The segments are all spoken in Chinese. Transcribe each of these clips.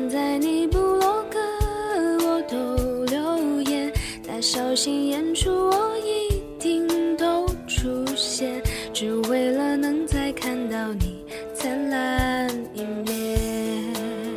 站在你部落格，我都留言，大小心演出我一定都出现，只为了能再看到你灿烂一面。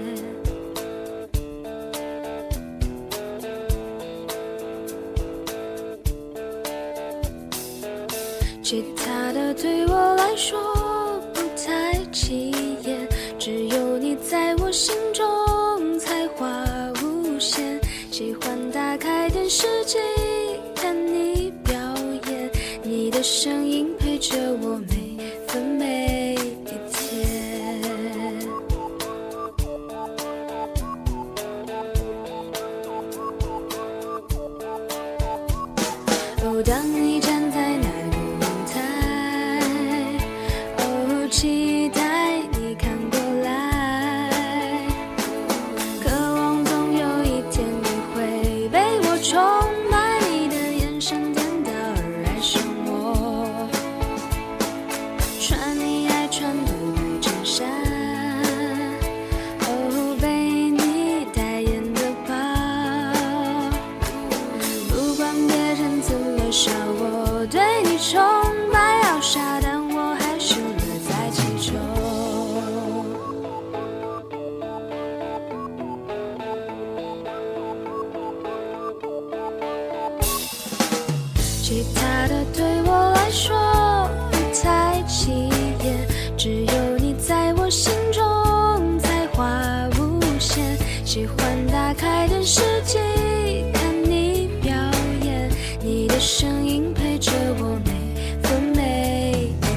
其他的对我来说不太起眼，只有你在我心中才华无限。喜欢打开电视机看你表演，你的声音陪着我每分每一天。哦，当你站在那个舞台，哦，期待你看过来，渴望总有一天你会被我宠爱，你的眼神颠倒而爱上我，穿你爱穿的白衬衫，哦，被你代言的包，不管别人怎么笑我对你崇拜，要傻但我还是乐在其中。其他的对我来说不太起眼，只有你在我心中才华无限。喜欢打开电视机看你表演，你的声音陪着我每分每一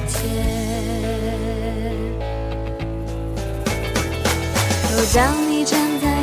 天。哦，当你站在